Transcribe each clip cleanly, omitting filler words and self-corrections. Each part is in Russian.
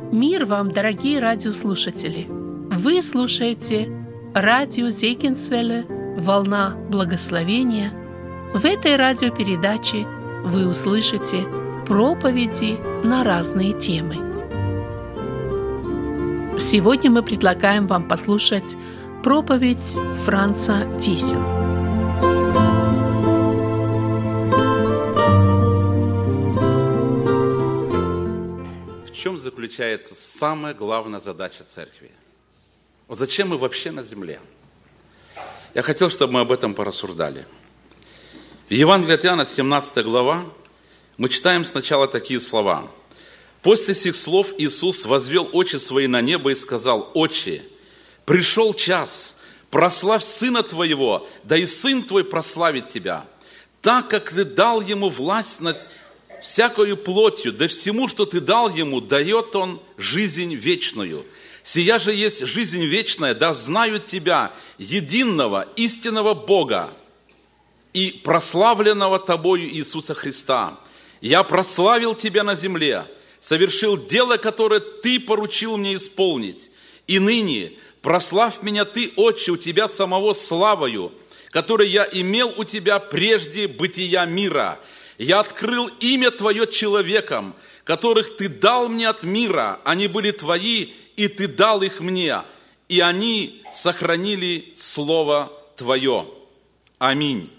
Мир вам, дорогие радиослушатели! Вы слушаете радио Зегенсвелле «Волна благословения». В этой радиопередаче вы услышите проповеди на разные темы. Сегодня мы предлагаем вам послушать проповедь Франца Тиссен. В чем заключается самая главная задача церкви? Зачем мы вообще на земле? Я хотел, чтобы мы об этом порассуждали. В Евангелии от Иоанна, 17 глава, мы читаем сначала такие слова. «После сих слов Иисус возвел очи свои на небо и сказал: Отче, пришел час, прославь Сына Твоего, да и Сын Твой прославит Тебя, так как Ты дал Ему власть над всякою плотью, да всему, что Ты дал Ему, дает Он жизнь вечную. Сия же есть жизнь вечная, да знают Тебя, единого, истинного Бога и прославленного Тобою Иисуса Христа. Я прославил Тебя на земле, совершил дело, которое Ты поручил мне исполнить. И ныне прославь меня Ты, Отче, у Тебя самого славою, которую я имел у Тебя прежде бытия мира. Я открыл имя Твое человекам, которых Ты дал мне от мира. Они были Твои, и Ты дал их мне, и они сохранили Слово Твое. Аминь».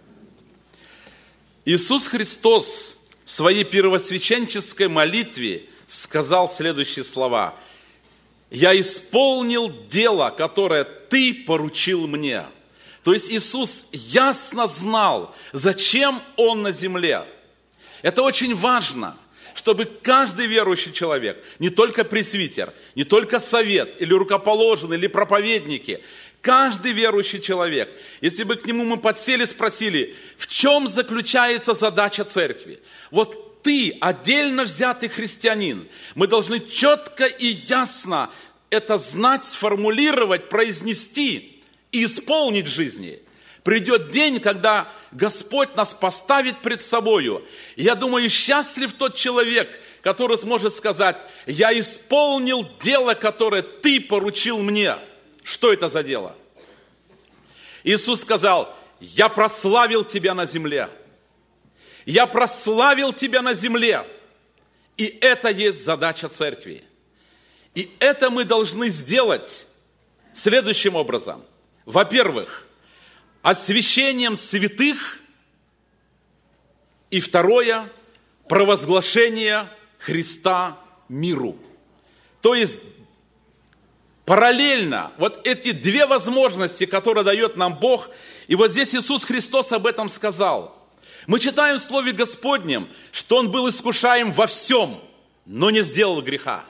Иисус Христос в своей первосвященнической молитве сказал следующие слова: «Я исполнил дело, которое Ты поручил мне». То есть Иисус ясно знал, зачем Он на земле. Это очень важно, чтобы каждый верующий человек, не только пресвитер, не только совет, или рукоположенный, или проповедники, каждый верующий человек, если бы к нему мы подсели, спросили, в чем заключается задача церкви? Вот ты, отдельно взятый христианин, мы должны четко и ясно это знать, сформулировать, произнести и исполнить в жизни. Придет день, когда Господь нас поставит пред собою. Я думаю, счастлив тот человек, который сможет сказать: я исполнил дело, которое Ты поручил мне. Что это за дело? Иисус сказал: я прославил Тебя на земле. Я прославил Тебя на земле. И это есть задача церкви. И это мы должны сделать следующим образом. Во-первых, освящением святых, и второе, провозглашение Христа миру. То есть параллельно вот эти две возможности, которые дает нам Бог, и вот здесь Иисус Христос об этом сказал. Мы читаем в Слове Господнем, что Он был искушаем во всем, но не сделал греха.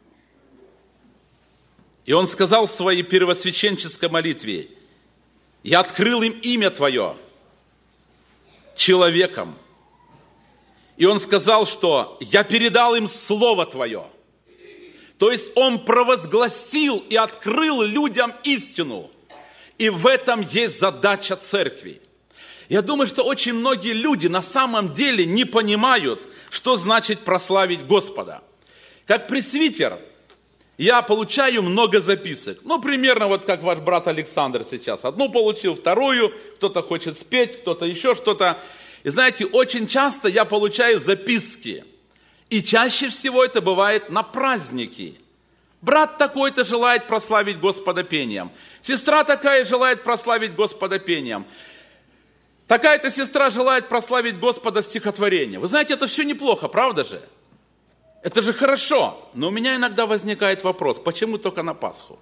И Он сказал в своей первосвященческой молитве: я открыл им имя Твое человеком. И Он сказал, что я передал им Слово Твое. То есть Он провозгласил и открыл людям истину. И в этом есть задача церкви. Я думаю, что очень многие люди на самом деле не понимают, что значит прославить Господа. Как пресвитер я получаю много записок. Примерно вот как ваш брат Александр сейчас. Одну получил, вторую, кто-то хочет спеть, кто-то еще что-то. И знаете, очень часто я получаю записки. И чаще всего это бывает на праздники. Брат такой-то желает прославить Господа пением. Сестра такая желает прославить Господа пением. Такая-то сестра желает прославить Господа стихотворением. Вы знаете, это все неплохо, правда же? Это же хорошо, но у меня иногда возникает вопрос, почему только на Пасху?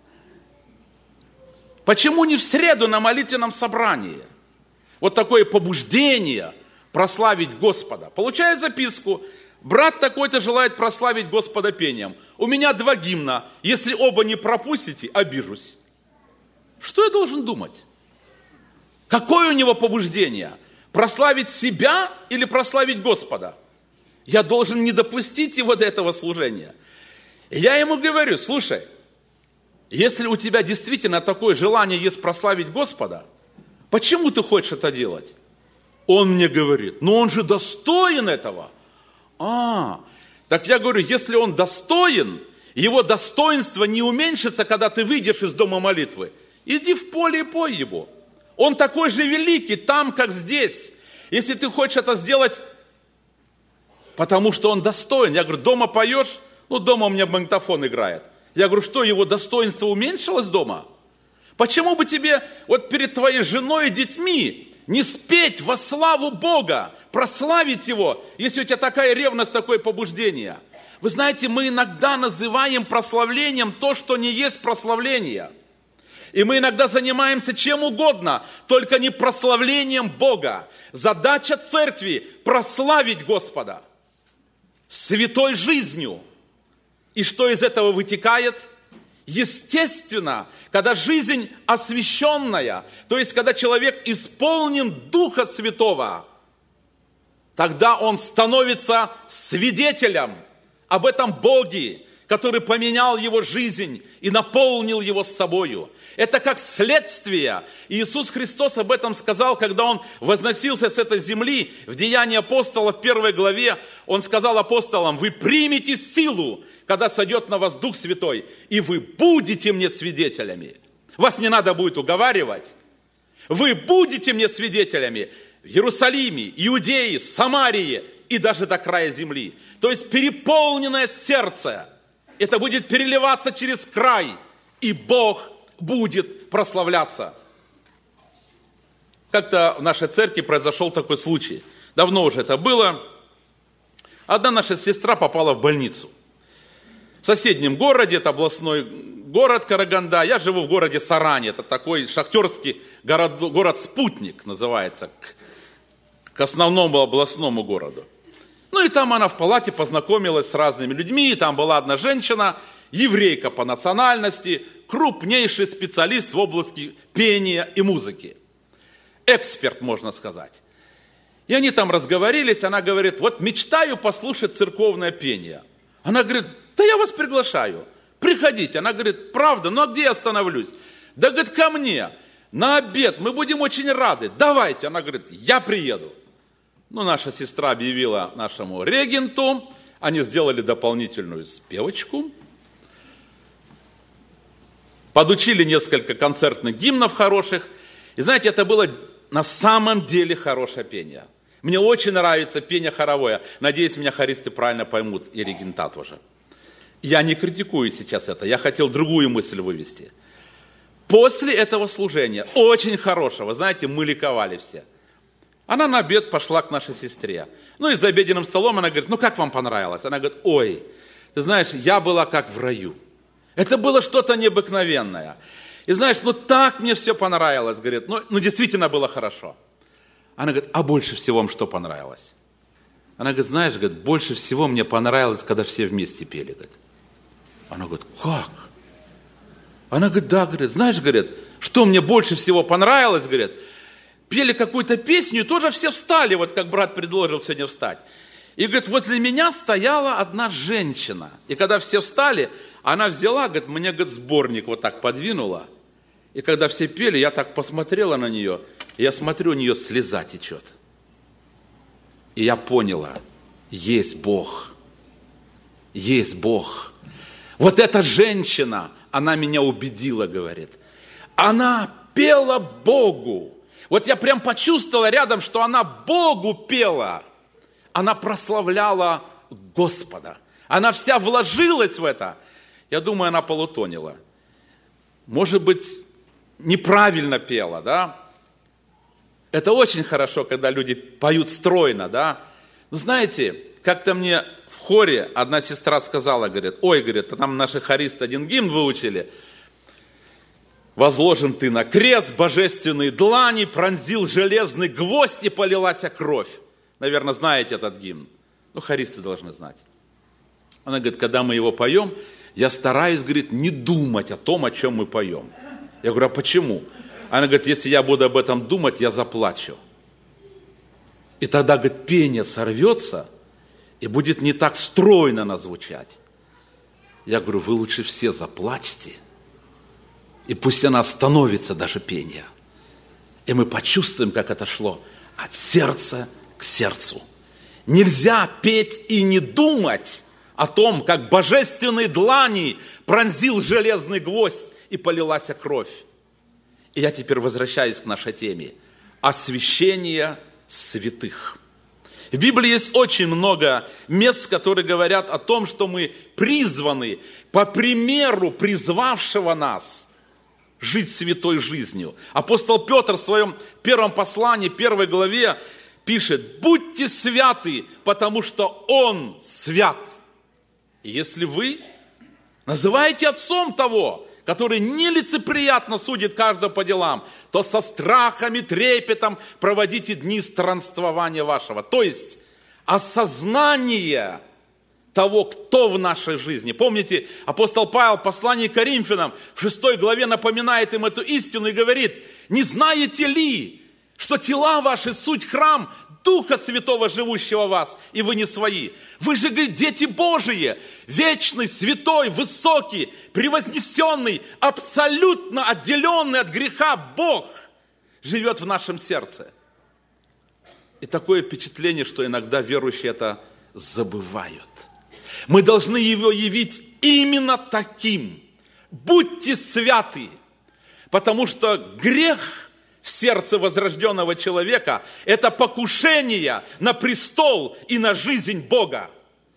Почему не в среду на молитвенном собрании? Вот такое побуждение прославить Господа. Получаю записку: брат такой-то желает прославить Господа пением. У меня 2 гимна, если оба не пропустите, обижусь. Что я должен думать? Какое у него побуждение? Прославить себя или прославить Господа? Я должен не допустить его до этого служения. И я ему говорю: слушай, если у тебя действительно такое желание есть прославить Господа, почему ты хочешь это делать? Он мне говорит: он же достоин этого. Так я говорю, если он достоин, его достоинство не уменьшится, когда ты выйдешь из дома молитвы. Иди в поле и пой его. Он такой же великий там, как здесь. Если ты хочешь это сделать, потому что он достоин. Я говорю, дома поешь? Ну, дома у меня магнитофон играет. Я говорю, что, его достоинство уменьшилось дома? Почему бы тебе вот перед твоей женой и детьми не спеть во славу Бога, прославить Его, если у тебя такая ревность, такое побуждение? Вы знаете, мы иногда называем прославлением то, что не есть прославление. И мы иногда занимаемся чем угодно, только не прославлением Бога. Задача церкви – прославить Господа святой жизнью. И что из этого вытекает? Естественно, когда жизнь освященная, то есть когда человек исполнен Духа Святого, тогда он становится свидетелем об этом Боге, который поменял его жизнь и наполнил его с собою. Это как следствие. Иисус Христос об этом сказал, когда Он возносился с этой земли, в Деянии апостолов, 1 главе, Он сказал апостолам, вы примете силу, когда сойдет на вас Дух Святой, и вы будете мне свидетелями. Вас не надо будет уговаривать. Вы будете мне свидетелями в Иерусалиме, Иудее, Самарии и даже до края земли. То есть переполненное сердце, это будет переливаться через край, и Бог будет прославляться. Как-то в нашей церкви произошел такой случай. Давно уже это было. Одна наша сестра попала в больницу. В соседнем городе, это областной город Караганда. Я живу в городе Саране. Это такой шахтерский город-спутник называется, к основному областному городу. Ну и там она в палате познакомилась с разными людьми. Там была одна женщина, еврейка по национальности, крупнейший специалист в области пения и музыки. Эксперт, можно сказать. И они там разговорились, она говорит, вот мечтаю послушать церковное пение. Она говорит, да я вас приглашаю, приходите. Она говорит, правда, ну а где я остановлюсь? Да, говорит, ко мне, на обед, мы будем очень рады, давайте. Она говорит, я приеду. Ну, наша сестра объявила нашему регенту, они сделали дополнительную спевочку, подучили несколько концертных гимнов хороших. И знаете, это было на самом деле хорошее пение. Мне очень нравится пение хоровое. Надеюсь, меня хористы правильно поймут, и регента тоже. Я не критикую сейчас это, я хотел другую мысль вывести. После этого служения, очень хорошего, знаете, мы ликовали все. Она на обед пошла к нашей сестре. Ну и за обеденным столом она говорит, ну как вам понравилось? Она говорит, ой, ты знаешь, я была как в раю. Это было что-то необыкновенное. И знаешь, ну так мне все понравилось, говорит, ну действительно было хорошо. Она говорит, а больше всего вам что понравилось? Она говорит, знаешь, говорит, больше всего мне понравилось, когда все вместе пели. Говорит. Она говорит, как? Она говорит, да, говорит, знаешь, говорит, что мне больше всего понравилось, говорит, пели какую-то песню, и тоже все встали, вот как брат предложил сегодня встать. И, говорит, возле меня стояла одна женщина. И когда все встали, она взяла, говорит, мне, говорит, сборник вот так подвинула. И когда все пели, я так посмотрела на нее, и я смотрю, у нее слеза течет. И я поняла, есть Бог. Есть Бог. Вот эта женщина, она меня убедила, говорит. Она пела Богу. Вот я прям почувствовала рядом, что она Богу пела. Она прославляла Господа. Она вся вложилась в это. Я думаю, она полутонила. Может быть, неправильно пела, да? Это очень хорошо, когда люди поют стройно, да? Но знаете, как-то мне в хоре одна сестра сказала, говорит, ой, говорит, там наши хористы один гимн выучили. Возложен ты на крест божественные длани, пронзил железный гвоздь и полилась кровь. Наверное, знаете этот гимн. Ну, хористы должны знать. Она говорит, когда мы его поем, я стараюсь, говорит, не думать о том, о чем мы поем. Я говорю, а почему? Она говорит, если я буду об этом думать, я заплачу. И тогда, говорит, пение сорвется и будет не так стройно назвучать. Я говорю, вы лучше все заплачьте. И пусть она остановится, даже пение. И мы почувствуем, как это шло от сердца к сердцу. Нельзя петь и не думать о том, как божественной длани пронзил железный гвоздь и полилась кровь. И я теперь возвращаюсь к нашей теме. Освящение святых. В Библии есть очень много мест, которые говорят о том, что мы призваны по примеру призвавшего нас жить святой жизнью. Апостол Петр в своем первом послании, 1 главе пишет: «Будьте святы, потому что Он свят». И если вы называете отцом того, который нелицеприятно судит каждого по делам, то со страхом и трепетом проводите дни странствования вашего. То есть осознание того, кто в нашей жизни. Помните, апостол Павел в послании к Коринфянам в 6 главе напоминает им эту истину и говорит: «Не знаете ли, что тела ваши суть храм Духа Святого, живущего в вас, и вы не свои? Вы же, говорит, дети Божии, вечный, святой, высокий, превознесенный, абсолютно отделенный от греха Бог живет в нашем сердце». И такое впечатление, что иногда верующие это забывают. Мы должны его явить именно таким. Будьте святы, потому что грех в сердце возрожденного человека – это покушение на престол и на жизнь Бога.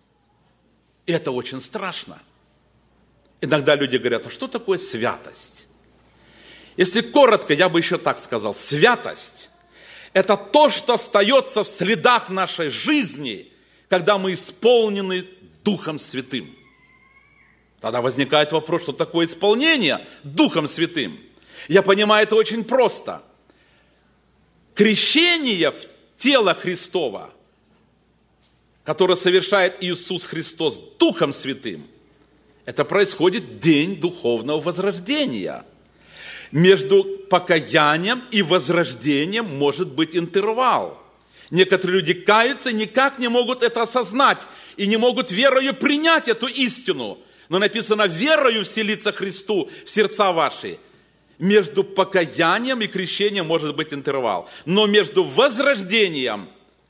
И это очень страшно. Иногда люди говорят: а что такое святость? Если коротко, я бы еще так сказал: святость – это то, что остается в средах нашей жизни, когда мы исполнены Духом Святым. Тогда возникает вопрос, что такое исполнение Духом Святым? Я понимаю, это очень просто. Крещение в тело Христова, которое совершает Иисус Христос Духом Святым, это происходит день духовного возрождения. Между покаянием и возрождением может быть интервал. Некоторые люди каются и никак не могут это осознать и не могут верою принять эту истину. Но написано: верою вселиться Христу в сердца ваши. Между покаянием и крещением может быть интервал. Но между возрождением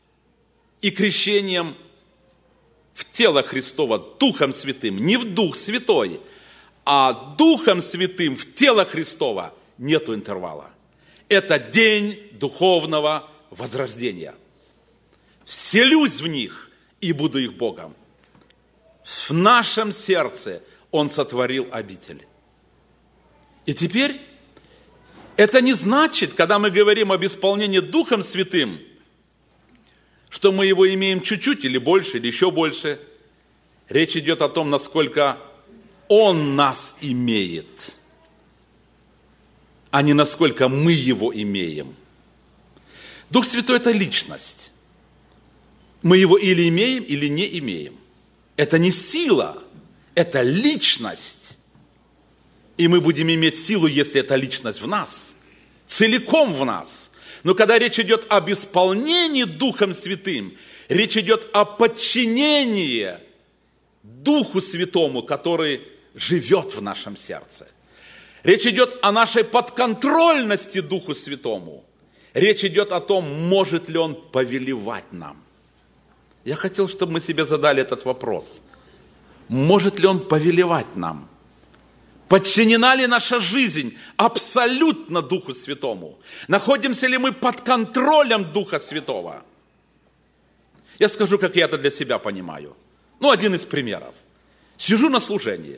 и крещением в тело Христова Духом Святым, не в Дух Святой, а Духом Святым в тело Христова, нету интервала. Это день духовного возрождения. Вселюсь в них и буду их Богом. В нашем сердце Он сотворил обитель. И теперь это не значит, когда мы говорим об исполнении Духом Святым, что мы его имеем чуть-чуть или больше, или еще больше. Речь идет о том, насколько Он нас имеет, а не насколько мы его имеем. Дух Святой – это личность. Мы его или имеем, или не имеем. Это не сила, это личность. И мы будем иметь силу, если эта личность в нас, целиком в нас. Но когда речь идет об исполнении Духом Святым, речь идет о подчинении Духу Святому, который живет в нашем сердце. Речь идет о нашей подконтрольности Духу Святому. Речь идет о том, может ли Он повелевать нам. Я хотел, чтобы мы себе задали этот вопрос. Может ли Он повелевать нам? Подчинена ли наша жизнь абсолютно Духу Святому? Находимся ли мы под контролем Духа Святого? Я скажу, как я это для себя понимаю. Один из примеров. Сижу на служении.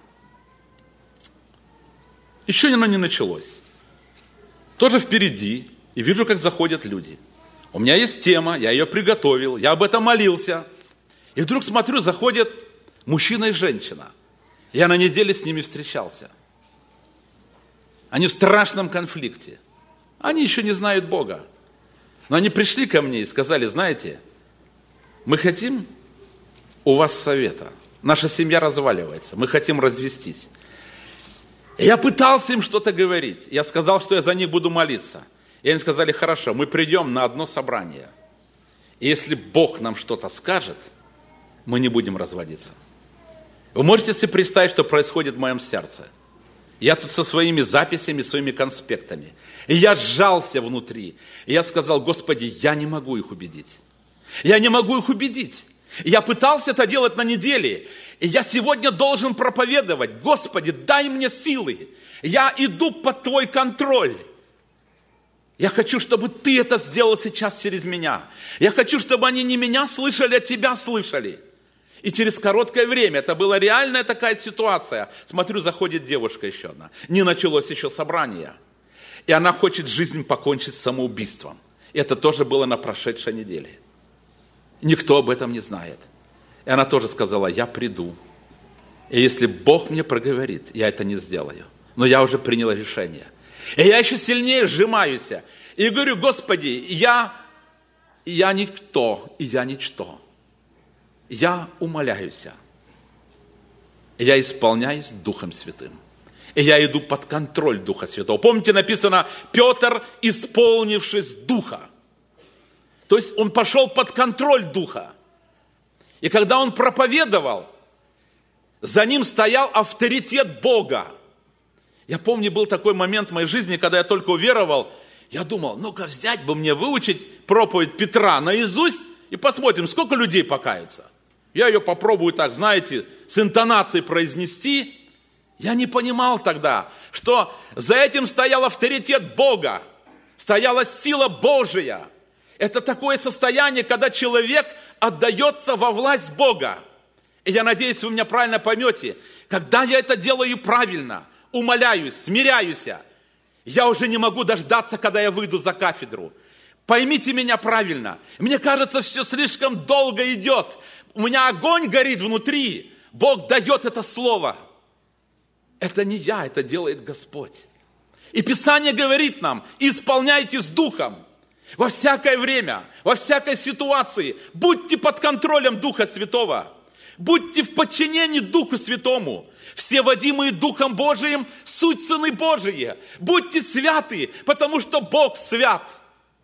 Еще оно не началось. Тоже впереди. И вижу, как заходят люди. У меня есть тема, я ее приготовил, я об этом молился. И вдруг смотрю, заходят мужчина и женщина. Я на неделе с ними встречался. Они в страшном конфликте. Они еще не знают Бога. Но они пришли ко мне и сказали: знаете, мы хотим у вас совета. Наша семья разваливается, мы хотим развестись. И я пытался им что-то говорить. Я сказал, что я за них буду молиться. И они сказали: хорошо, мы придем на одно собрание. И если Бог нам что-то скажет, мы не будем разводиться. Вы можете себе представить, что происходит в моем сердце? Я тут со своими записями, своими конспектами. И я сжался внутри. И я сказал: Господи, я не могу их убедить. Я не могу их убедить. И я пытался это делать на неделе. И я сегодня должен проповедовать: Господи, дай мне силы. Я иду под Твой контроль. Я хочу, чтобы Ты это сделал сейчас через меня. Я хочу, чтобы они не меня слышали, а Тебя слышали. И через короткое время, это была реальная такая ситуация. Смотрю, заходит девушка еще одна. Не началось еще собрание. И она хочет жизнь покончить самоубийством. И это тоже было на прошедшей неделе. Никто об этом не знает. И она тоже сказала: я приду. И если Бог мне проговорит, я это не сделаю. Но я уже приняла решение. И я еще сильнее сжимаюсь. И говорю: Господи, я никто, и я ничто. Я умоляюсь. И я исполняюсь Духом Святым. И я иду под контроль Духа Святого. Помните, написано: Петр, исполнившись Духа. То есть он пошел под контроль Духа. И когда он проповедовал, за ним стоял авторитет Бога. Я помню, был такой момент в моей жизни, когда я только уверовал, я думал: ну-ка взять бы мне, выучить проповедь Петра наизусть, и посмотрим, сколько людей покаются. Я ее попробую так, знаете, с интонацией произнести. Я не понимал тогда, что за этим стоял авторитет Бога, стояла сила Божия. Это такое состояние, когда человек отдается во власть Бога. И я надеюсь, вы меня правильно поймете. Когда я это делаю правильно, умоляюсь, смиряюсь, я уже не могу дождаться, когда я выйду за кафедру. Поймите меня правильно. Мне кажется, все слишком долго идет. У меня огонь горит внутри. Бог дает это слово. Это не я, это делает Господь. И Писание говорит нам: исполняйте с Духом. Во всякое время, во всякой ситуации. Будьте под контролем Духа Святого. Будьте в подчинении Духу Святому. Все водимые Духом Божиим суть сыны Божии. Будьте святы, потому что Бог свят.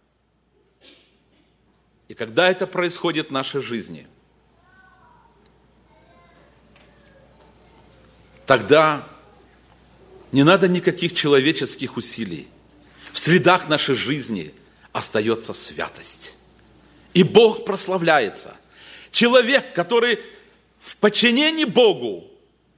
И когда это происходит в нашей жизни, тогда не надо никаких человеческих усилий. В средах нашей жизни остается святость. И Бог прославляется. Человек, который в подчинении Богу,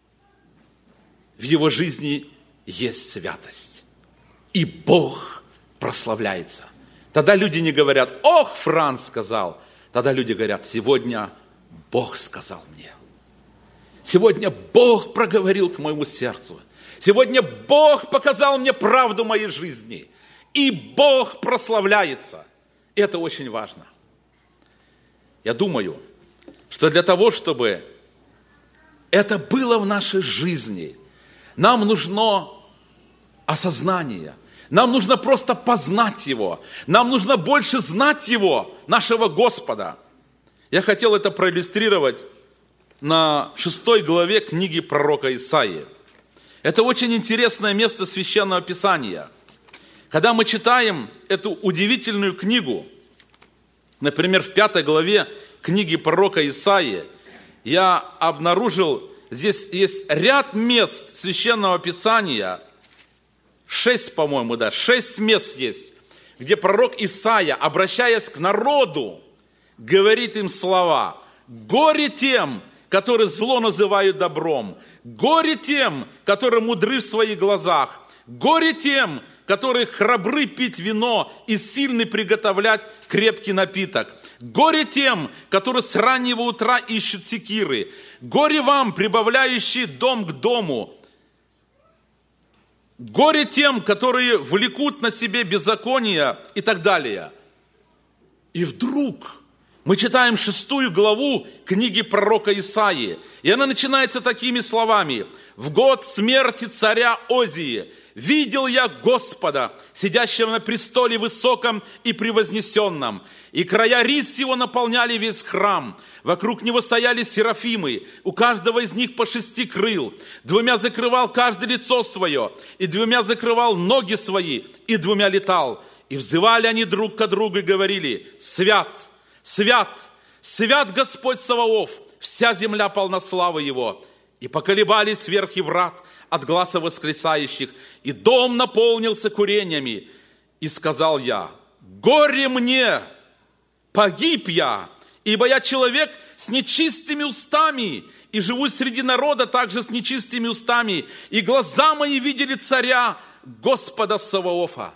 в его жизни есть святость. И Бог прославляется. Тогда люди не говорят: ох, Франц сказал. Тогда люди говорят: сегодня Бог сказал мне. Сегодня Бог проговорил к моему сердцу. Сегодня Бог показал мне правду моей жизни. И Бог прославляется. Это очень важно. Я думаю, что для того, чтобы это было в нашей жизни, нам нужно осознание. Нам нужно просто познать Его. Нам нужно больше знать Его, нашего Господа. Я хотел это проиллюстрировать на 6 главе книги пророка Исаии. Это очень интересное место Священного Писания. Когда мы читаем эту удивительную книгу, например, в 5 главе книги пророка Исаии, я обнаружил, здесь есть ряд мест Священного Писания, 6 мест есть, где пророк Исаия, обращаясь к народу, говорит им слова: «Горе тем, которые зло называют добром, горе тем, которые мудры в своих глазах, горе тем, которые храбры пить вино и сильны приготовлять крепкий напиток. Горе тем, которые с раннего утра ищут секиры. Горе вам, прибавляющие дом к дому. Горе тем, которые влекут на себе беззаконие» и так далее. И вдруг мы читаем 6 главу книги пророка Исаии, и она начинается такими словами: «В год смерти царя Озии видел я Господа, сидящего на престоле высоком и превознесенном, и края рис его наполняли весь храм. Вокруг него стояли серафимы, у каждого из них по 6 крыл. 2 закрывал каждое лицо свое, и 2 закрывал ноги свои, и 2 летал. И взывали они друг к другу и говорили: свят, свят, свят Господь Саваоф, вся земля полна славы Его. И поколебались верхи врат от гласа восклицающих, и дом наполнился курениями. И сказал я: горе мне, погиб я, ибо я человек с нечистыми устами, и живу среди народа также с нечистыми устами, и глаза мои видели царя, Господа Саваофа».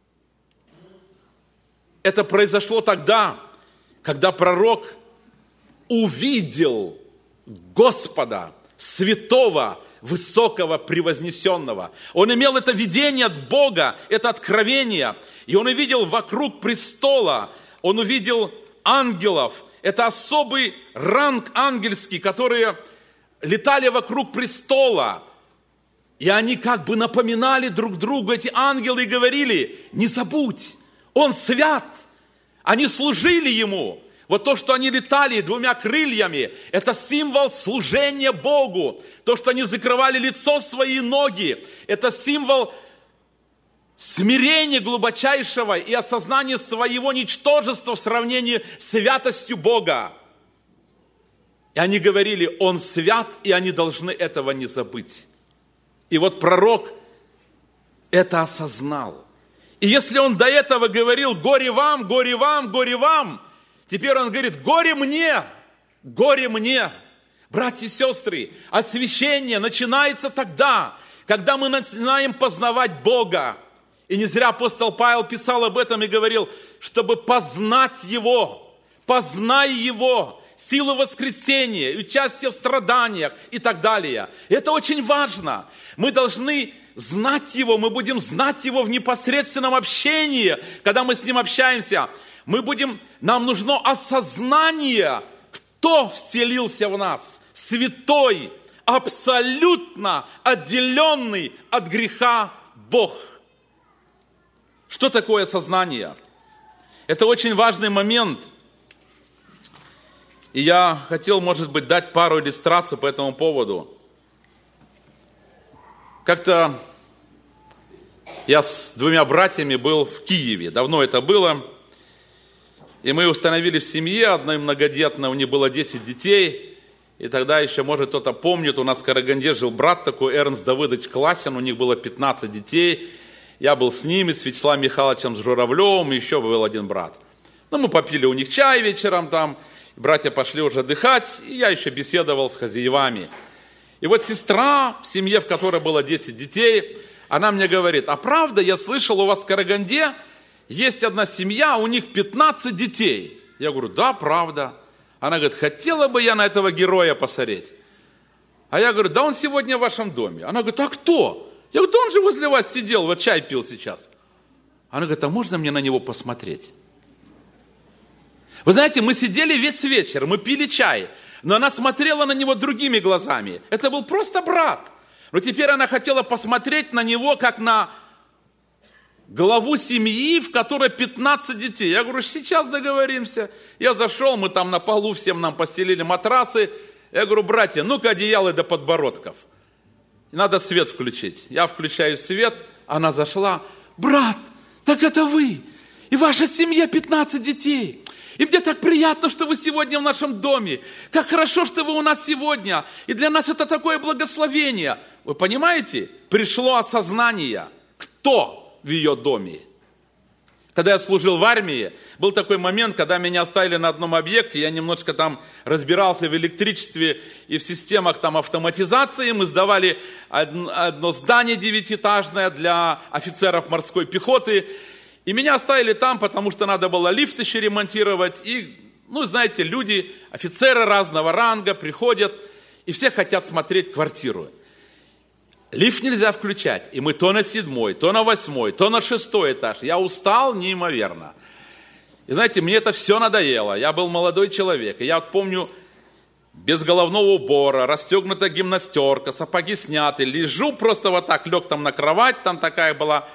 Это произошло тогда, когда пророк увидел Господа, святого, высокого, превознесенного. Он имел это видение от Бога, это откровение. И он увидел вокруг престола, он увидел ангелов. Это особый ранг ангельский, которые летали вокруг престола. И они как бы напоминали друг другу, эти ангелы, и говорили: не забудь, Он свят. Они служили Ему. Вот то, что они летали двумя крыльями, это символ служения Богу. То, что они закрывали лицо, свои ноги, это символ смирения глубочайшего и осознания своего ничтожества в сравнении с святостью Бога. И они говорили: Он свят, и они должны этого не забыть. И вот пророк это осознал. И если он до этого говорил: горе вам, горе вам, горе вам, теперь он говорит: горе мне, горе мне. Братья и сестры, освящение начинается тогда, когда мы начинаем познавать Бога. И не зря апостол Павел писал об этом и говорил: чтобы познать Его, познай Его, силу воскресения, участие в страданиях и так далее. И это очень важно. Мы должны знать Его, мы будем знать Его в непосредственном общении, когда мы с Ним общаемся. Нам нужно осознание, кто вселился в нас. Святой, абсолютно отделенный от греха Бог. Что такое сознание? Это очень важный момент. И я хотел, может быть, дать пару иллюстраций по этому поводу. Как-то я с двумя братьями был в Киеве. Давно это было. И мы установили в семье, одной многодетной, у них было 10 детей. И тогда еще, может, кто-то помнит, у нас в Караганде жил брат такой, Эрнст Давыдович Класин, у них было 15 детей. Я был с ними, с Вячеславом Михайловичем, с Журавлем, и еще был один брат. Мы попили у них чай вечером там, братья пошли уже отдыхать, и я еще беседовал с хозяевами. И вот сестра в семье, в которой было 10 детей, она мне говорит: а правда, я слышал, у вас в Караганде есть одна семья, у них 15 детей. Я говорю: да, правда. Она говорит: хотела бы я на этого героя посмотреть. А я говорю: да он сегодня в вашем доме. Она говорит: а кто? Я говорю: да он же возле вас сидел, вот чай пил сейчас. Она говорит: а можно мне на него посмотреть? Вы знаете, мы сидели весь вечер, мы пили чай, но она смотрела на него другими глазами. Это был просто брат. Но теперь она хотела посмотреть на него, как на главу семьи, в которой 15 детей. Я говорю: сейчас договоримся. Я зашел, мы там на полу, всем нам постелили матрасы. Я говорю: братья, ну-ка одеяло до подбородков. Надо свет включить. Я включаю свет, она зашла: брат, так это вы, и ваша семья 15 детей. И мне так приятно, что вы сегодня в нашем доме. Как хорошо, что вы у нас сегодня. И для нас это такое благословение. Вы понимаете? Пришло осознание, кто в ее доме. Когда я служил в армии, был такой момент, когда меня оставили на одном объекте, я немножко там разбирался в электричестве и в системах там автоматизации. Мы сдавали одно здание 9-этажное для офицеров морской пехоты. И меня оставили там, потому что надо было лифт еще ремонтировать. И, знаете, люди, офицеры разного ранга приходят, и все хотят смотреть квартиру. Лифт нельзя включать. И мы то на 7-й, то на 8-й, то на 6-й этаж. Я устал неимоверно. И знаете, мне это все надоело. Я был молодой человек. И я помню, без головного убора, расстегнутая гимнастерка, сапоги сняты. Лежу просто вот так, лег там на кровать. Там такая была,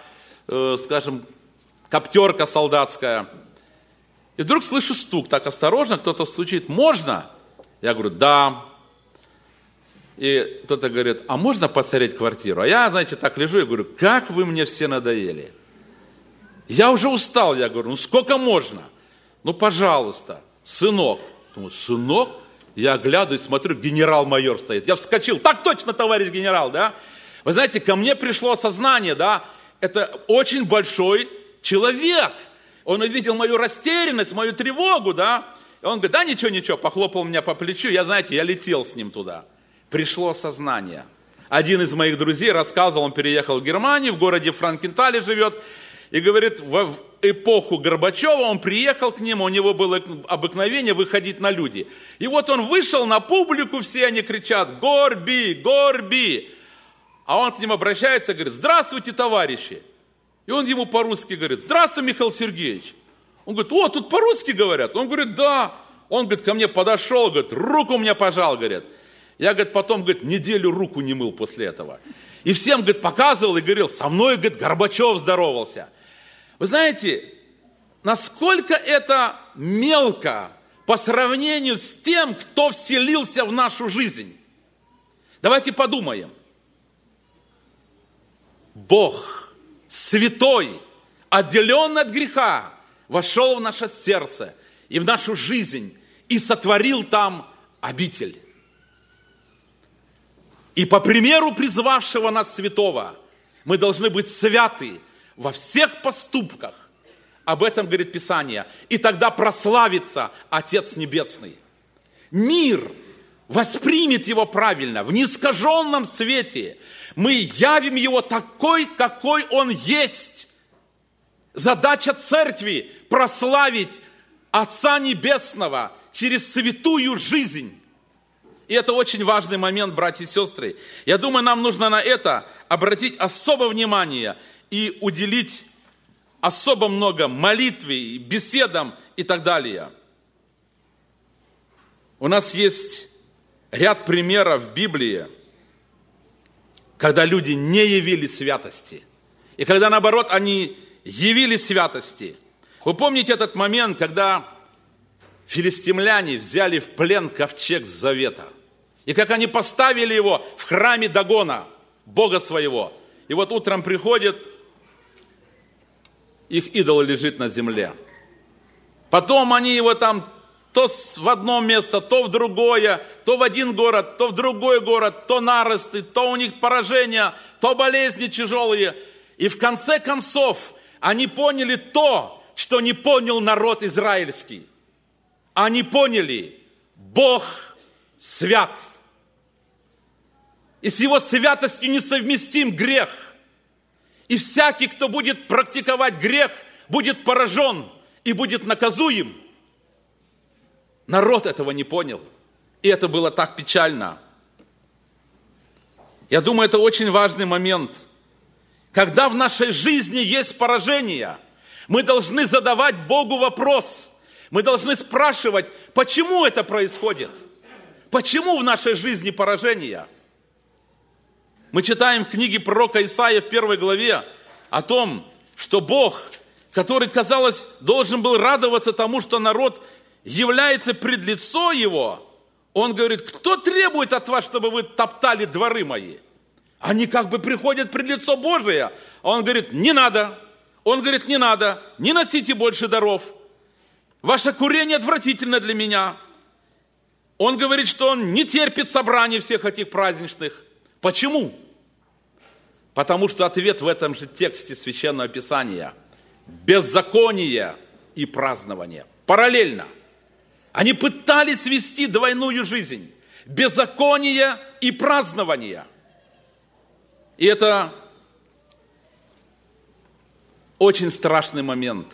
коптерка солдатская. И вдруг слышу стук. Так осторожно, кто-то стучит. Можно? Я говорю: да. И кто-то говорит: а можно посмотреть квартиру? А я, знаете, так лежу и говорю: как вы мне все надоели. Я уже устал. Я говорю: сколько можно? Пожалуйста, сынок. Думаю: сынок? Я оглядываюсь, смотрю, генерал-майор стоит. Я вскочил: так точно, товарищ генерал, да? Вы знаете, ко мне пришло осознание, да? Это очень большой человек. Он увидел мою растерянность, мою тревогу, да? И он говорит, да ничего, похлопал меня по плечу. Я летел с ним туда. Пришло осознание. Один из моих друзей рассказывал, он переехал в Германию, в городе Франкентале живет. И говорит, в эпоху Горбачева он приехал к нему, у него было обыкновение выходить на люди. И вот он вышел на публику, все они кричат, Горби, Горби. А он к ним обращается и говорит, здравствуйте, товарищи. И он ему по-русски говорит, здравствуй, Михаил Сергеевич. Он говорит, о, тут по-русски говорят. Он говорит, да. Он, говорит, ко мне подошел, говорит, руку мне пожал, говорит. Я, говорит, потом, говорит, неделю руку не мыл после этого. И всем, говорит, показывал и говорил, со мной, говорит, Горбачев здоровался. Вы знаете, насколько это мелко по сравнению с тем, кто вселился в нашу жизнь. Давайте подумаем. Бог, святой, отделенный от греха, вошел в наше сердце и в нашу жизнь и сотворил там обитель. И по примеру призвавшего нас святого мы должны быть святы во всех поступках. Об этом говорит Писание. И тогда прославится Отец Небесный. Мир воспримет его правильно, в неискаженном свете. Мы явим его такой, какой он есть. Задача церкви – прославить Отца Небесного через святую жизнь. И это очень важный момент, братья и сестры. Я думаю, нам нужно на это обратить особое внимание и уделить особо много молитве, беседам и так далее. У нас есть ряд примеров в Библии, когда люди не явили святости. И когда, наоборот, они явили святости. Вы помните этот момент, когда филистимляне взяли в плен ковчег завета? И как они поставили его в храме Дагона, бога своего. И вот утром приходят, их идол лежит на земле. Потом они его там то в одно место, то в другое, то в один город, то в другой город, то наросты, то у них поражения, то болезни тяжелые. И в конце концов они поняли то, что не понял народ израильский. Они поняли, Бог свят. И с его святостью несовместим грех. И всякий, кто будет практиковать грех, будет поражен и будет наказуем. Народ этого не понял. И это было так печально. Я думаю, это очень важный момент. Когда в нашей жизни есть поражение, мы должны задавать Богу вопрос. Мы должны спрашивать, почему это происходит? Почему в нашей жизни поражение? Мы читаем в книге пророка Исаия в 1 главе о том, что Бог, который, казалось, должен был радоваться тому, что народ является пред лицо Его, Он говорит, кто требует от вас, чтобы вы топтали дворы мои? Они как бы приходят пред лицо Божие, а Он говорит, не надо. Он говорит, не надо, не носите больше даров. Ваше курение отвратительно для меня. Он говорит, что Он не терпит собраний всех этих праздничных. Почему? Потому что ответ в этом же тексте Священного Писания. Беззаконие и празднование. Параллельно. Они пытались вести двойную жизнь. Беззаконие и празднование. И это очень страшный момент.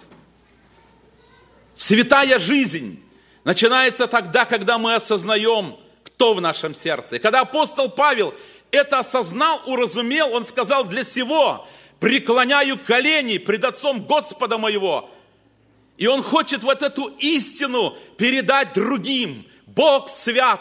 Святая жизнь начинается тогда, когда мы осознаем, кто в нашем сердце. И когда апостол Павел это осознал, уразумел, он сказал, для сего преклоняю колени пред Отцом Господа моего. И он хочет вот эту истину передать другим. Бог свят,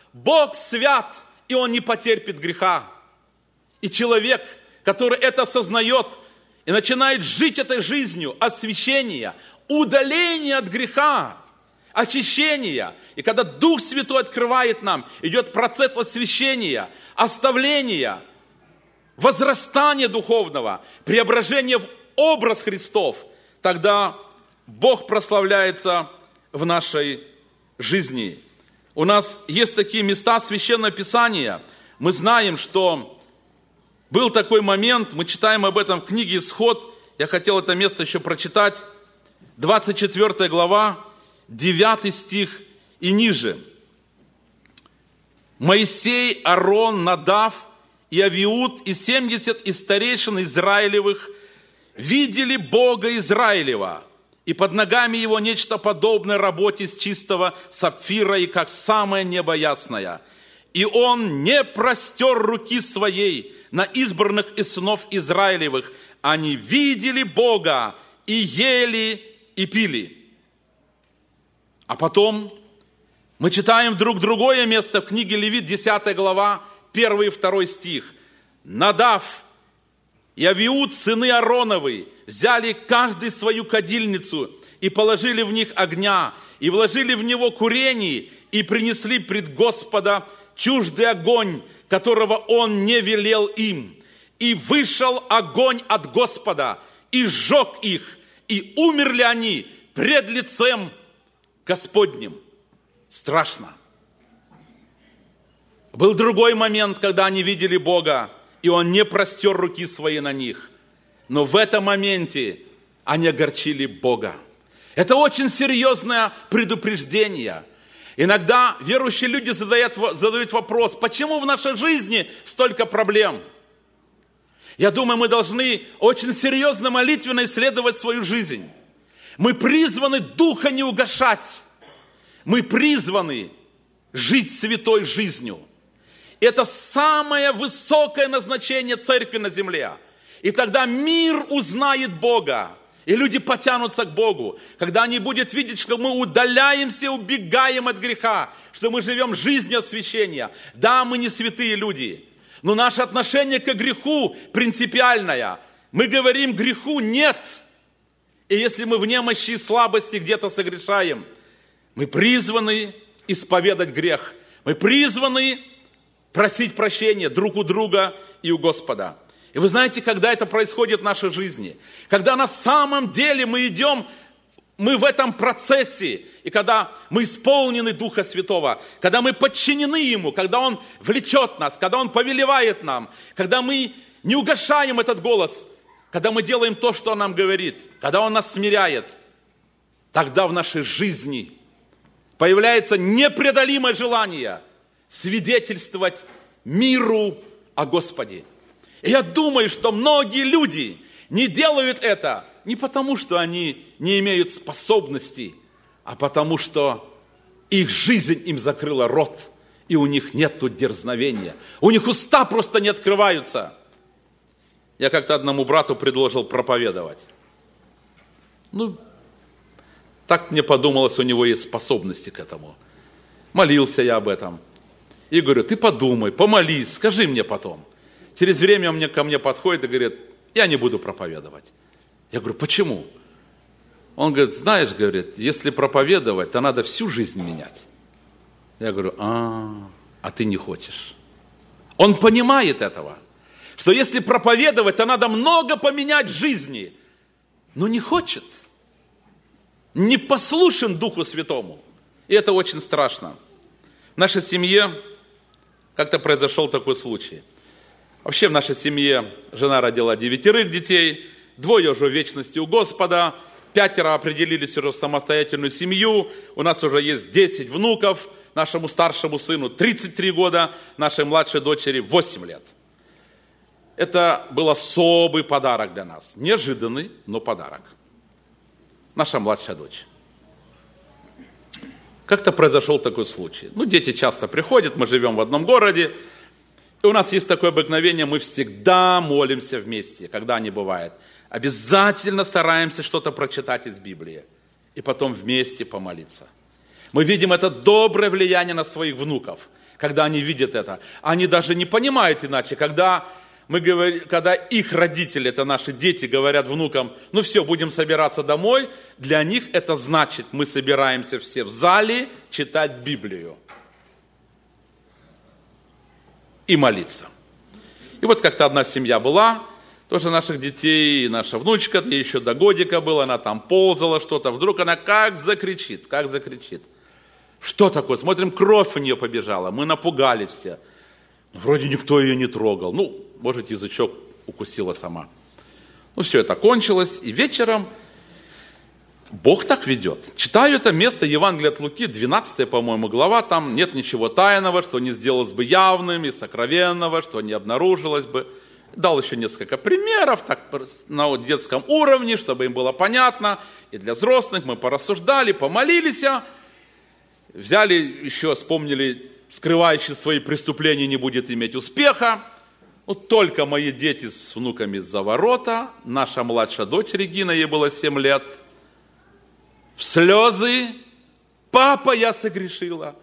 и Он не потерпит греха. И человек, который это осознает и начинает жить этой жизнью освящения, удаления от греха, очищения. И когда Дух Святой открывает нам, идет процесс освящения, оставления, возрастания духовного, преображения в образ Христов, тогда Бог прославляется в нашей жизни. У нас есть такие места Священного Писания. Мы знаем, что был такой момент, мы читаем об этом в книге «Исход». Я хотел это место еще прочитать. 24 глава. 9 стих и ниже. Моисей, Аарон, Надав и Авиуд и 70 из старейшин Израилевых видели Бога Израилева, и под ногами его нечто подобное работе из чистого сапфира и как самое небо ясное. И он не простер руки своей на избранных из сынов Израилевых. Они видели Бога и ели и пили. А потом мы читаем вдруг другое место в книге Левит, 10 глава, 1 и 2 стих. Надав и Авиуд, сыны Аароновы, взяли каждый свою кадильницу и положили в них огня, и вложили в него курений, и принесли пред Господа чуждый огонь, которого он не велел им. И вышел огонь от Господа, и сжег их, и умерли они пред лицем Господним. Страшно. Был другой момент, когда они видели Бога, и Он не простер руки свои на них. Но в этом моменте они огорчили Бога. Это очень серьезное предупреждение. Иногда верующие люди задают вопрос, почему в нашей жизни столько проблем? Я думаю, мы должны очень серьезно молитвенно исследовать свою жизнь. Мы призваны Духа не угашать. Мы призваны жить святой жизнью. Это самое высокое назначение церкви на земле. И тогда мир узнает Бога. И люди потянутся к Богу. Когда они будут видеть, что мы удаляемся, убегаем от греха, что мы живем жизнью освящения. Да, мы не святые люди, но наше отношение к греху принципиальное. Мы говорим греху нет. И если мы в немощи и слабости где-то согрешаем, мы призваны исповедать грех. Мы призваны просить прощения друг у друга и у Господа. И вы знаете, когда это происходит в нашей жизни, когда на самом деле мы идем, мы в этом процессе, и когда мы исполнены Духа Святого, когда мы подчинены Ему, когда Он влечет нас, когда Он повелевает нам, когда мы не угашаем этот голос, когда мы делаем то, что Он нам говорит, когда Он нас смиряет, тогда в нашей жизни появляется непреодолимое желание свидетельствовать миру о Господе. И я думаю, что многие люди не делают это не потому, что они не имеют способностей, а потому, что их жизнь им закрыла рот, и у них нет тут дерзновения. У них уста просто не открываются. Я как-то одному брату предложил проповедовать. Так мне подумалось, у него есть способности к этому. Молился я об этом. И говорю, ты подумай, помолись, скажи мне потом. Через время он ко мне подходит и говорит, я не буду проповедовать. Я говорю, почему? Он говорит, знаешь, говорит, если проповедовать, то надо всю жизнь менять. Я говорю, а ты не хочешь. Он понимает этого, что если проповедовать, то надо много поменять в жизни, но не хочет. Не послушен Духу Святому. И это очень страшно. В нашей семье как-то произошел такой случай. Вообще в нашей семье жена родила 9 детей, 2 уже в вечности у Господа, 5 определились уже в самостоятельную семью, у нас уже есть 10 внуков, нашему старшему сыну 33 года, нашей младшей дочери 8 лет. Это был особый подарок для нас, неожиданный, но подарок. Наша младшая дочь. Как-то произошел такой случай. Дети часто приходят, мы живем в одном городе, и у нас есть такое обыкновение, мы всегда молимся вместе, когда они бывают. Обязательно стараемся что-то прочитать из Библии, и потом вместе помолиться. Мы видим это доброе влияние на своих внуков, когда они видят это. Они даже не понимают иначе, когда их родители, это наши дети, говорят внукам, все, будем собираться домой, для них это значит, мы собираемся все в зале читать Библию и молиться. И вот как-то одна семья была, тоже наших детей, наша внучка, ей еще до годика было, она там ползала что-то, вдруг она как закричит. Что такое? Смотрим, кровь у нее побежала, мы напугались все. Вроде никто ее не трогал. Может, язычок укусила сама. Все это кончилось, и вечером Бог так ведет. Читаю это место, Евангелие от Луки, 12, по-моему, глава, там нет ничего тайного, что не сделалось бы явным, и сокровенного, что не обнаружилось бы. Дал еще несколько примеров, так на детском уровне, чтобы им было понятно. И для взрослых мы порассуждали, помолились, взяли еще, вспомнили, скрывающий свои преступления не будет иметь успеха. Вот только мои дети с внуками за ворота, наша младшая дочь Регина, ей было 7 лет, в слезы: папа, я согрешила,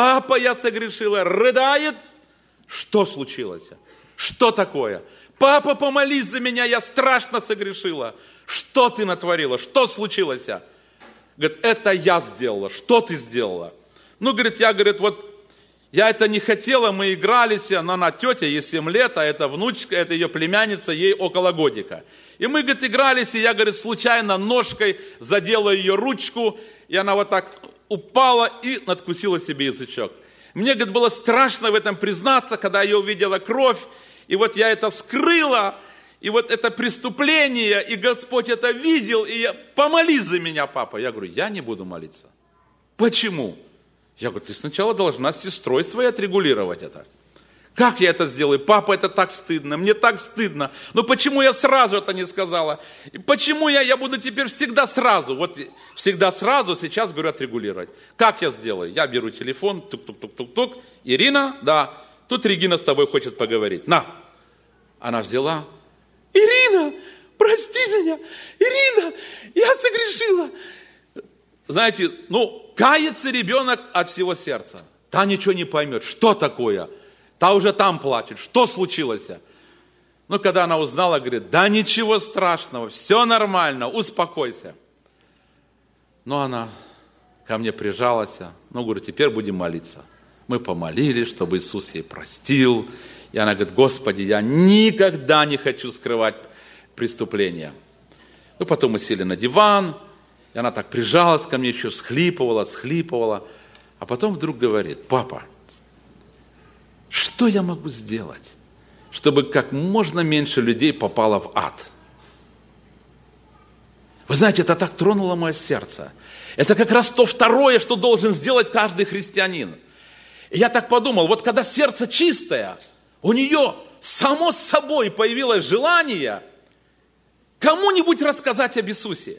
рыдает. Что случилось? Что такое? Папа, помолись за меня, я страшно согрешила. Что ты натворила? Что случилось? Говорит, это я сделала. Что ты сделала? Ну, говорит, я это не хотела, мы игрались, но она тетя, ей 7 лет, а это внучка, это ее племянница, ей около годика. И мы, говорит, игрались, и я, говорит, случайно ножкой задела ее ручку, и она вот так упала и надкусила себе язычок. Мне, говорит, было страшно в этом признаться, когда я увидела кровь, и вот я это скрыла, и вот это преступление, и Господь это видел, и помолись за меня, папа. Я говорю, я не буду молиться. Почему? Я говорю, ты сначала должна с сестрой своей отрегулировать это. Как я это сделаю? Папа, это так стыдно, мне так стыдно. Но почему я сразу это не сказала? И почему я буду теперь всегда сразу? Вот всегда сразу, сейчас говорю отрегулировать. Как я сделаю? Я беру телефон, тук-тук-тук-тук-тук. Ирина, да, тут Регина с тобой хочет поговорить. На. Она взяла. Ирина, прости меня. Ирина, я согрешила. Знаете, кается ребенок от всего сердца. Та ничего не поймет. Что такое? Та уже там плачет. Что случилось? Когда она узнала, говорит, да ничего страшного, все нормально, успокойся. Но она ко мне прижалась. Говорю, теперь будем молиться. Мы помолились, чтобы Иисус ей простил. И она говорит, Господи, я никогда не хочу скрывать преступления. Потом мы сели на диван, и она так прижалась ко мне, еще схлипывала. А потом вдруг говорит, папа, что я могу сделать, чтобы как можно меньше людей попало в ад? Вы знаете, это так тронуло мое сердце. Это как раз то второе, что должен сделать каждый христианин. И я так подумал, вот когда сердце чистое, у нее само собой появилось желание кому-нибудь рассказать об Иисусе.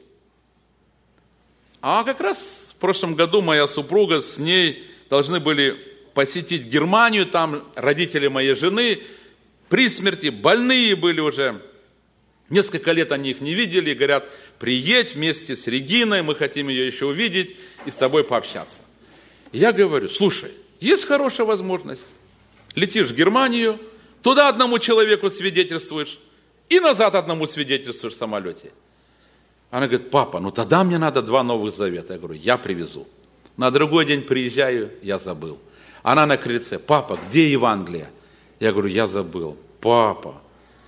А как раз в прошлом году моя супруга с ней должны были посетить Германию, там родители моей жены при смерти, больные были уже. Несколько лет они их не видели, и говорят, приедь вместе с Региной, мы хотим ее еще увидеть и с тобой пообщаться. Я говорю, слушай, есть хорошая возможность. Летишь в Германию, туда одному человеку свидетельствуешь, и назад одному свидетельствуешь в самолете. Она говорит, папа, тогда мне надо 2 Новых Завета. Я говорю, я привезу. На другой день приезжаю, я забыл. Она на крыльце, папа, где Евангелие? Я говорю, я забыл. Папа,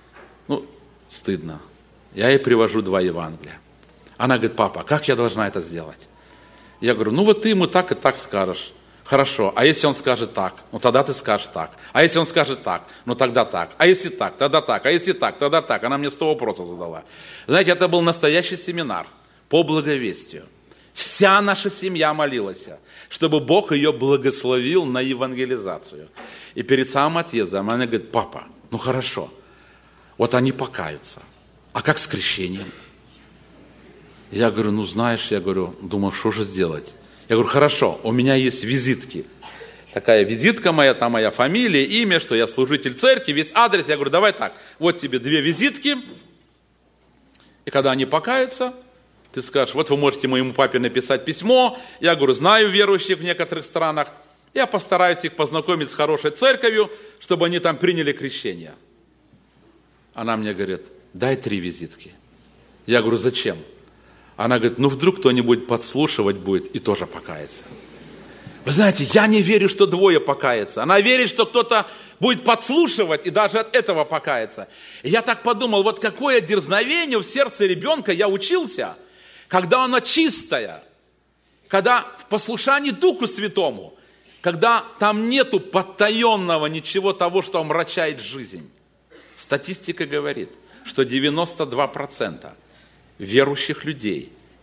стыдно. Я ей привожу 2 Евангелия. Она говорит, папа, как я должна это сделать? Я говорю, ты ему так и так скажешь. Хорошо, а если он скажет так, тогда ты скажешь так. А если он скажет так, тогда так. А если так, тогда так. А если так, тогда так. Она мне 100 вопросов задала. Знаете, это был настоящий семинар по благовестию. Вся наша семья молилась, чтобы Бог ее благословил на евангелизацию. И перед самым отъездом она говорит, папа, хорошо, вот они покаются. А как с крещением? Я говорю, думаю, что же сделать? Я говорю, хорошо, у меня есть визитки. Такая визитка моя, там моя фамилия, имя, что я служитель церкви, весь адрес. Я говорю, давай так, вот тебе 2 визитки. И когда они покаются, ты скажешь, вот вы можете моему папе написать письмо. Я говорю, знаю верующих в некоторых странах. Я постараюсь их познакомить с хорошей церковью, чтобы они там приняли крещение. Она мне говорит, дай 3 визитки. Я говорю, зачем? Она говорит, вдруг кто-нибудь подслушивать будет и тоже покается. Вы знаете, я не верю, что 2 покается. Она верит, что кто-то будет подслушивать и даже от этого покается. И я так подумал, вот какое дерзновение в сердце ребенка я учился, когда оно чистое, когда в послушании Духу Святому, когда там нету потаенного ничего того, что омрачает жизнь. Статистика говорит, что 92% верующих людей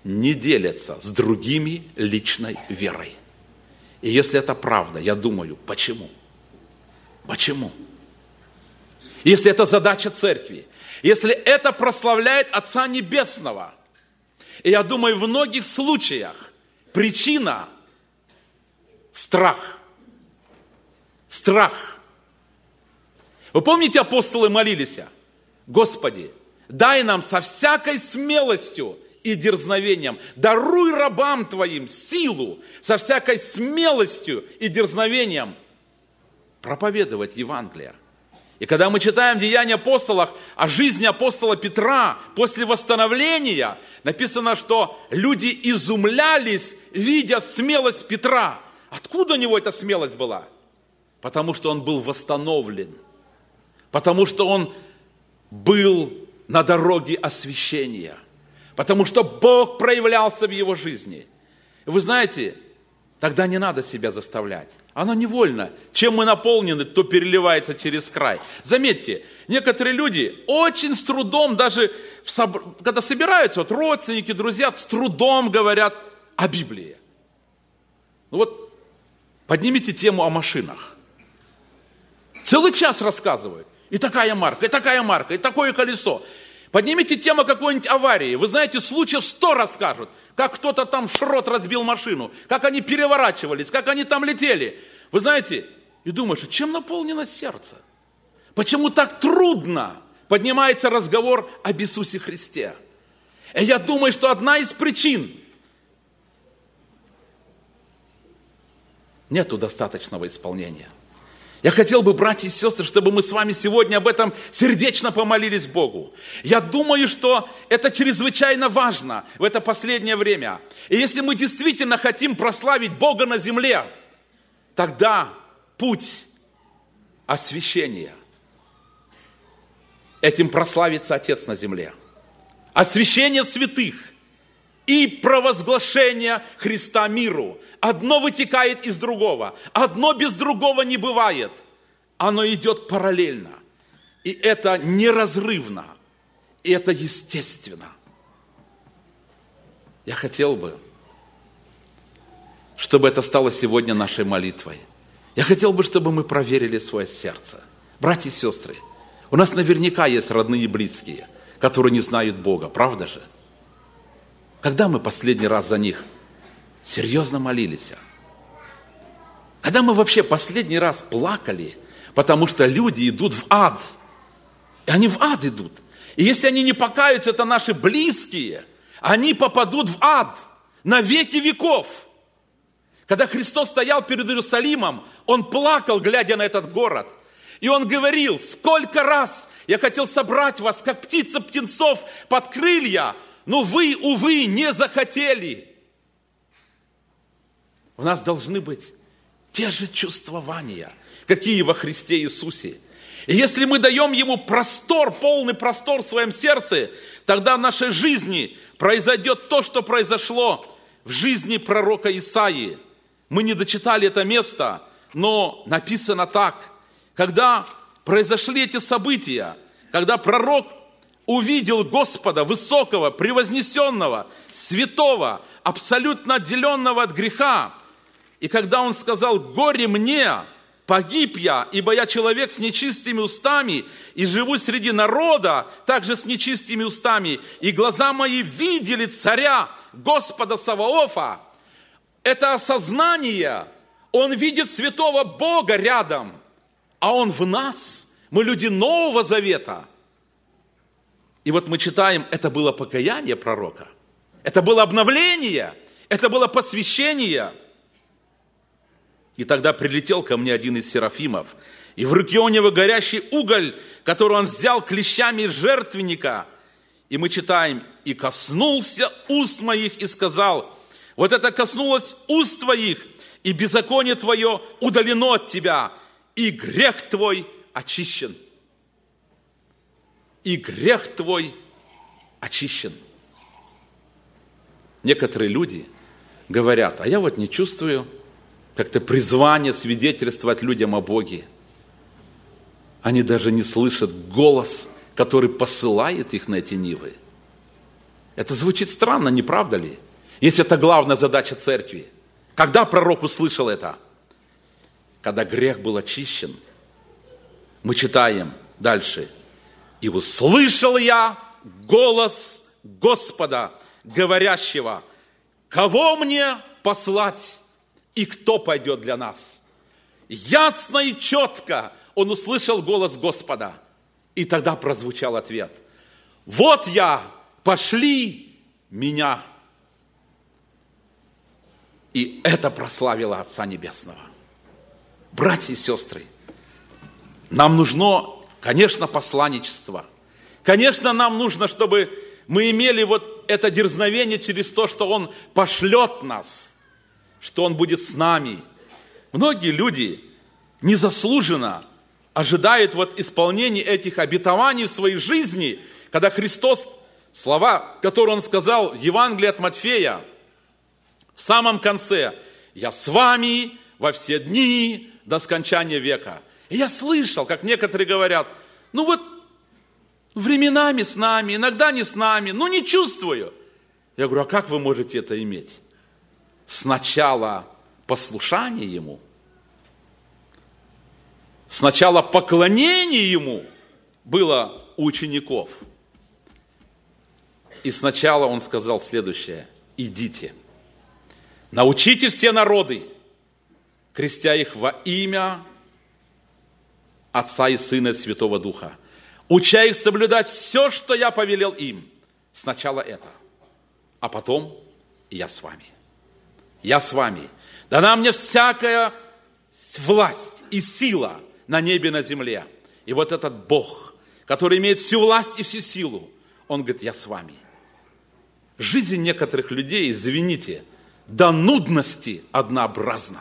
не делятся с другими личной верой. И если это правда, я думаю, почему? Почему? Если это задача церкви, если это прославляет Отца Небесного, и я думаю, в многих случаях причина – страх. Страх. Вы помните, апостолы молились: Господи, дай нам со всякой смелостью и дерзновением, даруй рабам Твоим силу со всякой смелостью и дерзновением проповедовать Евангелие. И когда мы читаем Деяния апостолов о жизни апостола Петра после восстановления, написано, что люди изумлялись, видя смелость Петра. Откуда у него эта смелость была? Потому что он был восстановлен, потому что он был на дороге освящения, потому что Бог проявлялся в его жизни. И вы знаете, тогда не надо себя заставлять. Оно невольно. Чем мы наполнены, то переливается через край. Заметьте, некоторые люди очень с трудом, даже когда собираются, вот родственники, друзья, с трудом говорят о Библии. Ну вот, поднимите тему о машинах. Целый час рассказывают. И такая марка, и такое колесо. Поднимите тему какой-нибудь аварии. Вы знаете, случаев 100 расскажут. Как кто-то там шрот разбил машину. Как они переворачивались, как они там летели. Вы знаете, и думаешь, чем наполнено сердце? Почему так трудно поднимается разговор об Иисусе Христе? И я думаю, что одна из причин – нету достаточного исполнения. Я хотел бы, братья и сестры, чтобы мы с вами сегодня об этом сердечно помолились Богу. Я думаю, что это чрезвычайно важно в это последнее время. И если мы действительно хотим прославить Бога на земле, тогда путь освящения. Этим прославится Отец на земле. Освящение святых и провозглашение Христа миру. Одно вытекает из другого. Одно без другого не бывает. Оно идет параллельно. И это неразрывно. И это естественно. Я хотел бы, чтобы это стало сегодня нашей молитвой. Я хотел бы, чтобы мы проверили свое сердце. Братья и сестры, у нас наверняка есть родные и близкие, которые не знают Бога, правда же? Когда мы последний раз за них серьезно молились? Когда мы вообще последний раз плакали, потому что люди идут в ад. И они в ад идут. И если они не покаются, это наши близкие, они попадут в ад на веки веков. Когда Христос стоял перед Иерусалимом, Он плакал, глядя на этот город. И Он говорил: сколько раз я хотел собрать вас, как птица птенцов под крылья, но вы, увы, не захотели. У нас должны быть те же чувствования, какие во Христе Иисусе. И если мы даем Ему простор, полный простор в своем сердце, тогда в нашей жизни произойдет то, что произошло в жизни пророка Исаии. Мы не дочитали это место, но написано так. Когда произошли эти события, когда пророк увидел Господа высокого, превознесенного, святого, абсолютно отделенного от греха, и когда он сказал: «Горе мне, погиб я, ибо я человек с нечистыми устами, и живу среди народа, также с нечистыми устами, и глаза мои видели царя, Господа Саваофа». Это осознание, он видит святого Бога рядом, а он в нас, мы люди Нового Завета. И вот мы читаем, это было покаяние пророка, это было обновление, это было посвящение. И тогда прилетел ко мне один из серафимов, и в руке у него горящий уголь, который он взял клещами из жертвенника. И мы читаем: «И коснулся уст моих и сказал: вот это коснулось уст твоих, и беззаконие твое удалено от тебя, и грех твой очищен». И грех твой очищен. Некоторые люди говорят: а я вот не чувствую как-то призвание свидетельствовать людям о Боге. Они даже не слышат голос, который посылает их на эти нивы. Это звучит странно, не правда ли? Если это главная задача церкви. Когда пророк услышал это? Когда грех был очищен. Мы читаем дальше. «И услышал я голос Господа, говорящего, кого мне послать и кто пойдет для нас?» Ясно и четко он услышал голос Господа. И тогда прозвучал ответ. «Вот я, пошли меня». И это прославило Отца Небесного. Братья и сестры, нам нужно, конечно, посланничество. Конечно, нам нужно, чтобы мы имели вот это дерзновение через то, что Он пошлет нас, что Он будет с нами. Многие люди незаслуженно ожидают вот исполнения этих обетований в своей жизни, когда Христос, слова, которые Он сказал в Евангелии от Матфея, в самом конце: «Я с вами во все дни до скончания века». И я слышал, как некоторые говорят: ну вот временами с нами, иногда не с нами, ну не чувствую. Я говорю: а как вы можете это иметь? Сначала послушание Ему, сначала поклонение Ему было у учеников. И сначала Он сказал следующее: идите, научите все народы, крестя их во имя Отца и Сына и Святого Духа, уча их соблюдать все, что я повелел им. Сначала это, а потом я с вами. Я с вами. Дана мне всякая власть и сила на небе и на земле. И вот этот Бог, который имеет всю власть и всю силу, Он говорит: я с вами. Жизнь некоторых людей, извините, до нудности однообразна.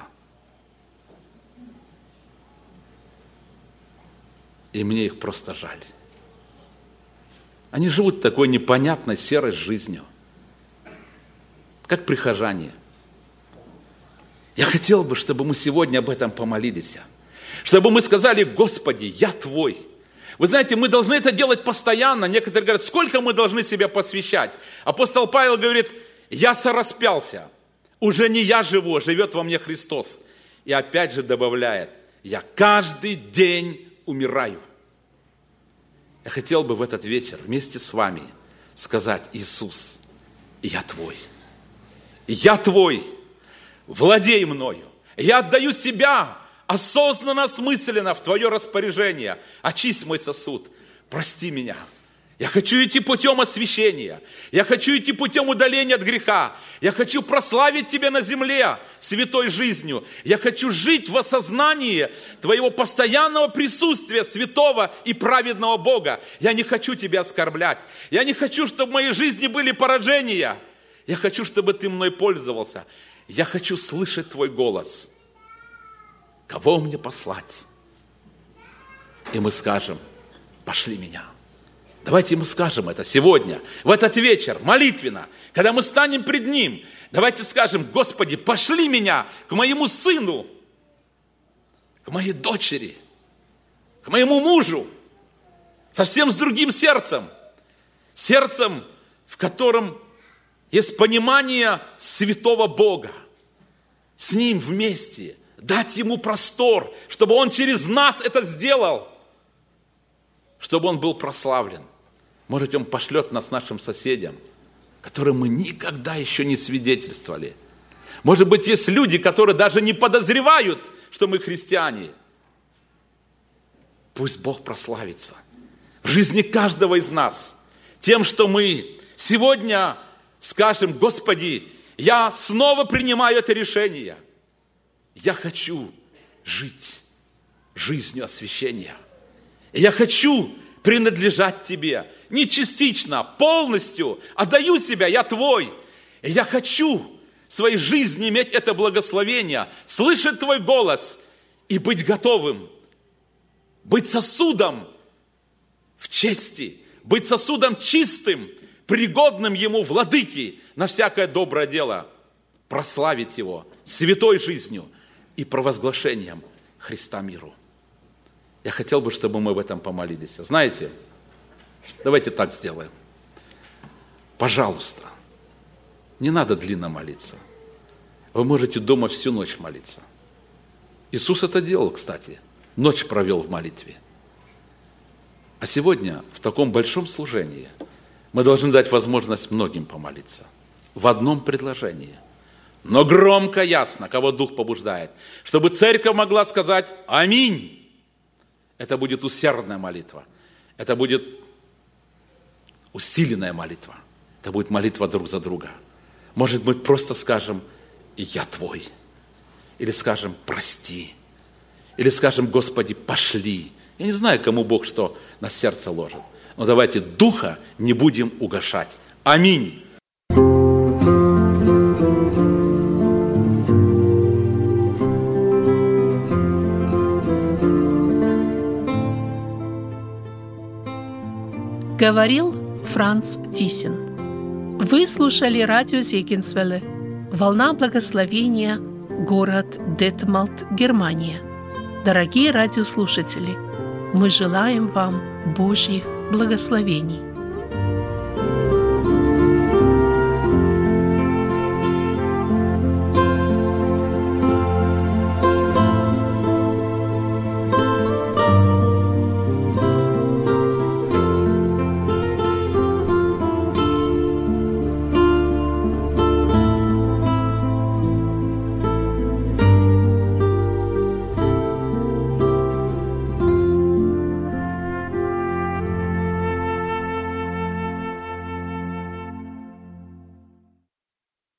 И мне их просто жаль. Они живут такой непонятной серой жизнью, как прихожане. Я хотел бы, чтобы мы сегодня об этом помолились. Чтобы мы сказали: Господи, я Твой. Вы знаете, мы должны это делать постоянно. Некоторые говорят: сколько мы должны себя посвящать? Апостол Павел говорит: я сораспялся. Уже не я живу, живет во мне Христос. И опять же добавляет: я каждый день умираю. Я хотел бы в этот вечер вместе с вами сказать: Иисус, я Твой. Я Твой. Владей мною. Я отдаю себя осознанно, осмысленно в Твое распоряжение. Очисть мой сосуд. Прости меня. Я хочу идти путем освящения. Я хочу идти путем удаления от греха. Я хочу прославить Тебя на земле святой жизнью. Я хочу жить в осознании Твоего постоянного присутствия, святого и праведного Бога. Я не хочу Тебя оскорблять. Я не хочу, чтобы в моей жизни были поражения. Я хочу, чтобы Ты мной пользовался. Я хочу слышать Твой голос. Кого мне послать? И мы скажем: пошли меня. Давайте мы скажем это сегодня, в этот вечер, молитвенно, когда мы станем пред Ним. Давайте скажем: Господи, пошли меня к моему сыну, к моей дочери, к моему мужу, совсем с другим сердцем, сердцем, в котором есть понимание святого Бога, с Ним вместе, дать Ему простор, чтобы Он через нас это сделал, чтобы Он был прославлен. Может, Он пошлет нас нашим соседям, которым мы никогда еще не свидетельствовали. Может быть, есть люди, которые даже не подозревают, что мы христиане. Пусть Бог прославится в жизни каждого из нас тем, что мы сегодня скажем: Господи, я снова принимаю это решение. Я хочу жить жизнью освящения. Я хочу принадлежать Тебе. Не частично, полностью. Отдаю себя, я Твой. И я хочу в своей жизни иметь это благословение, слышать Твой голос и быть готовым. Быть сосудом в чести, быть сосудом чистым, пригодным Ему, владыке, на всякое доброе дело. Прославить Его святой жизнью и провозглашением Христа миру. Я хотел бы, чтобы мы об этом помолились. Знаете, давайте так сделаем. Пожалуйста, не надо длинно молиться. Вы можете дома всю ночь молиться. Иисус это делал, кстати. Ночь провел в молитве. А сегодня в таком большом служении мы должны дать возможность многим помолиться. В одном предложении. Но громко, ясно, кого Дух побуждает. Чтобы церковь могла сказать «Аминь». Это будет усердная молитва. Это будет усиленная молитва. Это будет молитва друг за друга. Может быть, просто скажем «Я Твой». Или скажем «Прости». Или скажем «Господи, пошли». Я не знаю, кому Бог что на сердце ложит. Но давайте Духа не будем угашать. Аминь. Говорил Франц Тисин. Вы слушали радио Зегенсвелле «Волна благословения», город Детмалт, Германия. Дорогие радиослушатели, мы желаем вам Божьих благословений.